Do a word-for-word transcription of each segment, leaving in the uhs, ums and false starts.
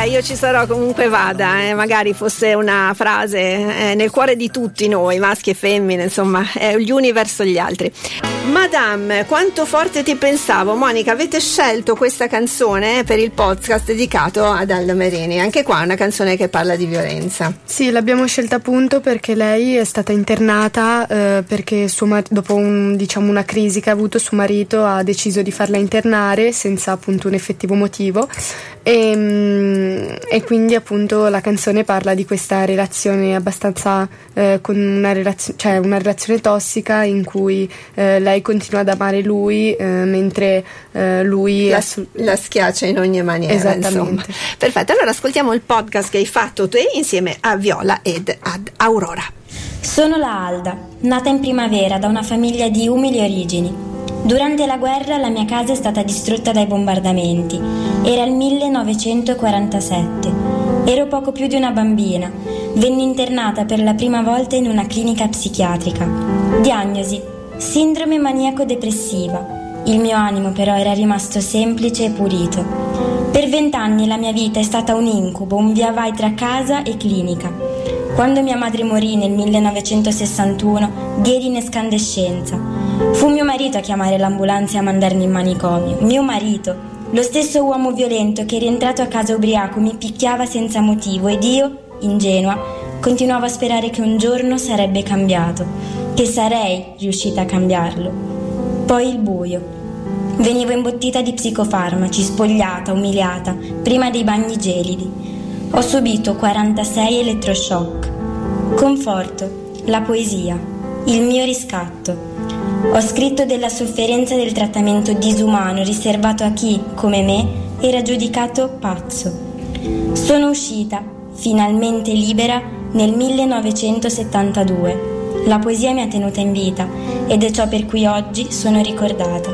Vabbè, io ci sarò comunque vada, eh. Magari fosse una frase eh, nel cuore di tutti noi, maschi e femmine, insomma, eh, gli uni verso gli altri. Madame, quanto forte ti pensavo. Monica, avete scelto questa canzone per il podcast dedicato ad Alda Merini. Anche qua è una canzone che parla di violenza. Sì, l'abbiamo scelta appunto perché lei è stata internata eh, perché suo mar- dopo un, diciamo, una crisi che ha avuto, suo marito ha deciso di farla internare senza appunto un effettivo motivo e, e quindi appunto la canzone parla di questa relazione abbastanza eh, con una relazio- cioè una relazione tossica in cui eh, lei continua ad amare lui eh, mentre eh, lui la, assu- la schiaccia in ogni maniera. Esattamente. Insomma. Perfetto, allora ascoltiamo il podcast che hai fatto te insieme a Viola ed ad Aurora. Sono la Alda, nata in primavera da una famiglia di umili origini. Durante la guerra la mia casa è stata distrutta dai bombardamenti. Era il millenovecentoquarantasette. Ero poco più di una bambina. Venni internata per la prima volta in una clinica psichiatrica. Diagnosi: sindrome maniaco-depressiva. Il mio animo però era rimasto semplice e pulito. Per vent'anni la mia vita è stata un incubo, un via vai tra casa e clinica. Quando mia madre morì nel millenovecentosessantuno, diedi in escandescenza. Fu mio marito a chiamare l'ambulanza e a mandarmi in manicomio. Mio marito, lo stesso uomo violento che rientrato a casa ubriaco mi picchiava senza motivo ed io, ingenua, continuavo a sperare che un giorno sarebbe cambiato, che sarei riuscita a cambiarlo. Poi il buio. Venivo imbottita di psicofarmaci, spogliata, umiliata, prima dei bagni gelidi. Ho subito quarantasei elettroshock. Conforto, la poesia, il mio riscatto. Ho scritto della sofferenza del trattamento disumano riservato a chi, come me, era giudicato pazzo. Sono uscita, finalmente libera, nel millenovecentosettantadue. La poesia mi ha tenuta in vita ed è ciò per cui oggi sono ricordata.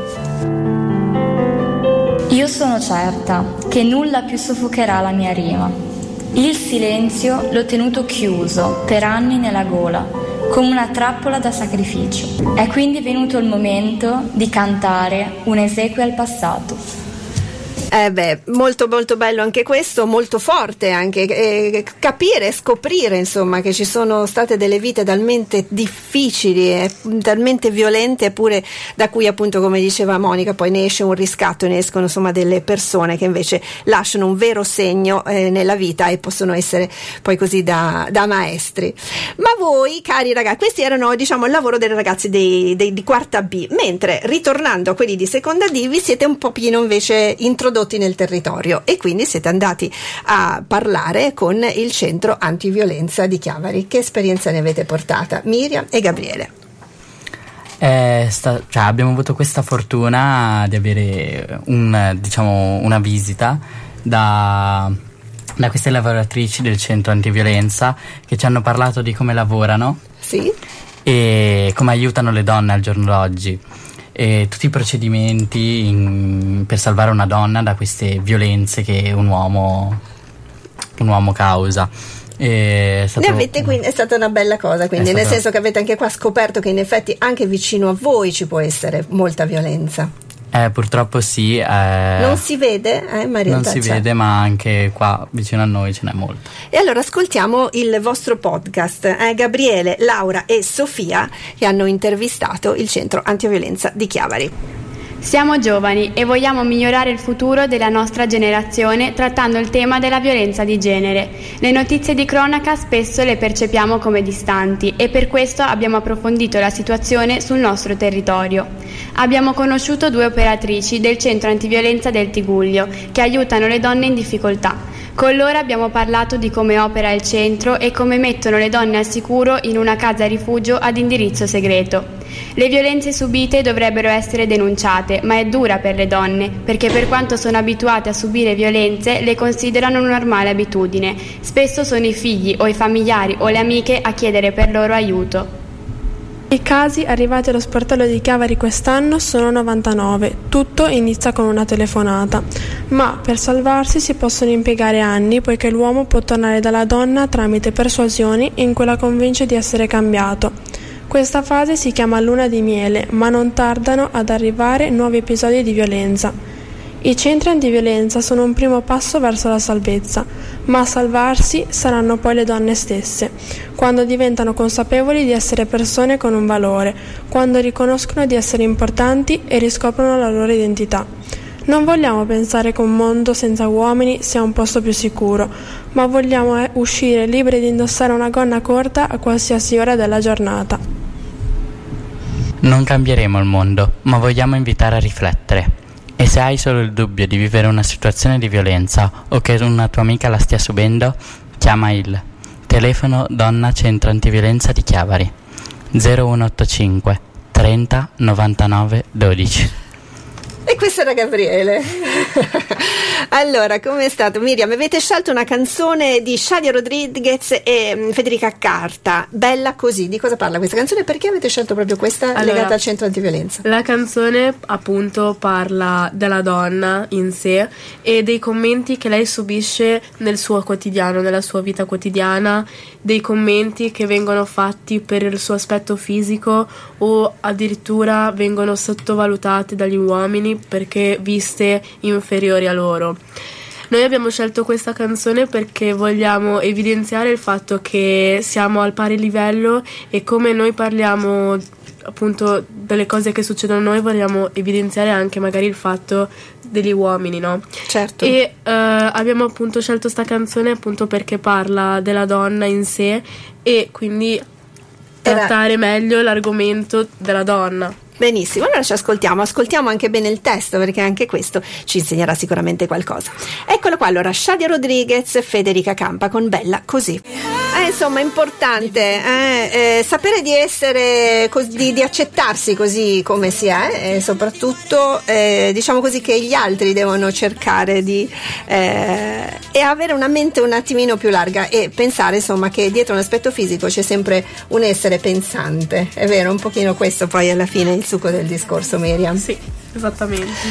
Io sono certa che nulla più soffocherà la mia rima. Il silenzio l'ho tenuto chiuso per anni nella gola, come una trappola da sacrificio. È quindi venuto il momento di cantare un'esequie al passato. Eh beh, molto molto bello anche questo, molto forte anche, eh, capire, scoprire insomma che ci sono state delle vite talmente difficili e talmente violente, eppure da cui appunto, come diceva Monica, poi ne esce un riscatto, ne escono insomma delle persone che invece lasciano un vero segno eh, nella vita e possono essere poi così da, da maestri. Ma voi cari ragazzi, questi erano diciamo il lavoro dei ragazzi dei, dei, di quarta B, mentre ritornando a quelli di seconda D vi siete un pochino invece introdotti nel territorio e quindi siete andati a parlare con il centro antiviolenza di Chiavari. Che esperienza ne avete portata, Miriam e Gabriele? Eh, sta, cioè, abbiamo avuto questa fortuna di avere un, diciamo, una visita da, da queste lavoratrici del centro antiviolenza che ci hanno parlato di come lavorano, sì, e come aiutano le donne al giorno d'oggi. E tutti i procedimenti in, per salvare una donna da queste violenze che un uomo un uomo causa. È stato, ne avete, quindi, è stata una bella cosa, quindi stato, nel senso che avete anche qua scoperto che in effetti anche vicino a voi ci può essere molta violenza. Eh, purtroppo sì. Eh, non si vede, eh, ma in non realtà si c'è. vede, ma anche qua vicino a noi ce n'è molto. E allora ascoltiamo il vostro podcast, eh, Gabriele, Laura e Sofia, che hanno intervistato il centro antiviolenza di Chiavari. Siamo giovani e vogliamo migliorare il futuro della nostra generazione trattando il tema della violenza di genere. Le notizie di cronaca spesso le percepiamo come distanti e per questo abbiamo approfondito la situazione sul nostro territorio. Abbiamo conosciuto due operatrici del centro antiviolenza del Tigullio che aiutano le donne in difficoltà. Con loro abbiamo parlato di come opera il centro e come mettono le donne al sicuro in una casa rifugio ad indirizzo segreto. Le violenze subite dovrebbero essere denunciate, ma è dura per le donne, perché per quanto sono abituate a subire violenze, le considerano una normale abitudine. Spesso sono i figli o i familiari o le amiche a chiedere per loro aiuto. I casi arrivati allo sportello di Chiavari quest'anno sono novantanove, tutto inizia con una telefonata, ma per salvarsi si possono impiegare anni poiché l'uomo può tornare dalla donna tramite persuasioni in cui la convince di essere cambiato. Questa fase si chiama luna di miele, ma non tardano ad arrivare nuovi episodi di violenza. I centri antiviolenza sono un primo passo verso la salvezza, ma a salvarsi saranno poi le donne stesse, quando diventano consapevoli di essere persone con un valore, quando riconoscono di essere importanti e riscoprono la loro identità. Non vogliamo pensare che un mondo senza uomini sia un posto più sicuro, ma vogliamo uscire liberi di indossare una gonna corta a qualsiasi ora della giornata. Non cambieremo il mondo, ma vogliamo invitare a riflettere. E se hai solo il dubbio di vivere una situazione di violenza o che una tua amica la stia subendo, chiama il telefono Donna Centro Antiviolenza di Chiavari zero uno otto cinque trenta novantanove dodici. E questo era Gabriele. Allora, come è stato? Miriam, avete scelto una canzone di Shadia Rodriguez e Federica Carta, Bella così. Di cosa parla questa canzone? Perché avete scelto proprio questa allora, legata al centro antiviolenza? La canzone appunto parla della donna in sé e dei commenti che lei subisce nel suo quotidiano, nella sua vita quotidiana, dei commenti che vengono fatti per il suo aspetto fisico o addirittura vengono sottovalutate dagli uomini perché viste inferiori a loro. Noi abbiamo scelto questa canzone perché vogliamo evidenziare il fatto che siamo al pari livello e come noi parliamo appunto delle cose che succedono a noi vogliamo evidenziare anche magari il fatto degli uomini, no? Certo. E uh, abbiamo appunto scelto sta canzone appunto perché parla della donna in sé e quindi trattare Era... meglio l'argomento della donna. Benissimo, allora ci ascoltiamo, ascoltiamo anche bene il testo perché anche questo ci insegnerà sicuramente qualcosa. Eccolo qua, allora, Shadia Rodriguez, Federica Campa con Bella così. Eh, insomma, è importante eh, eh, sapere di essere, di, di accettarsi così come si è e soprattutto eh, diciamo così che gli altri devono cercare di eh, e avere una mente un attimino più larga e pensare insomma che dietro un aspetto fisico c'è sempre un essere pensante, è vero, un pochino questo poi alla fine il succo del discorso, Miriam. Sì, esattamente.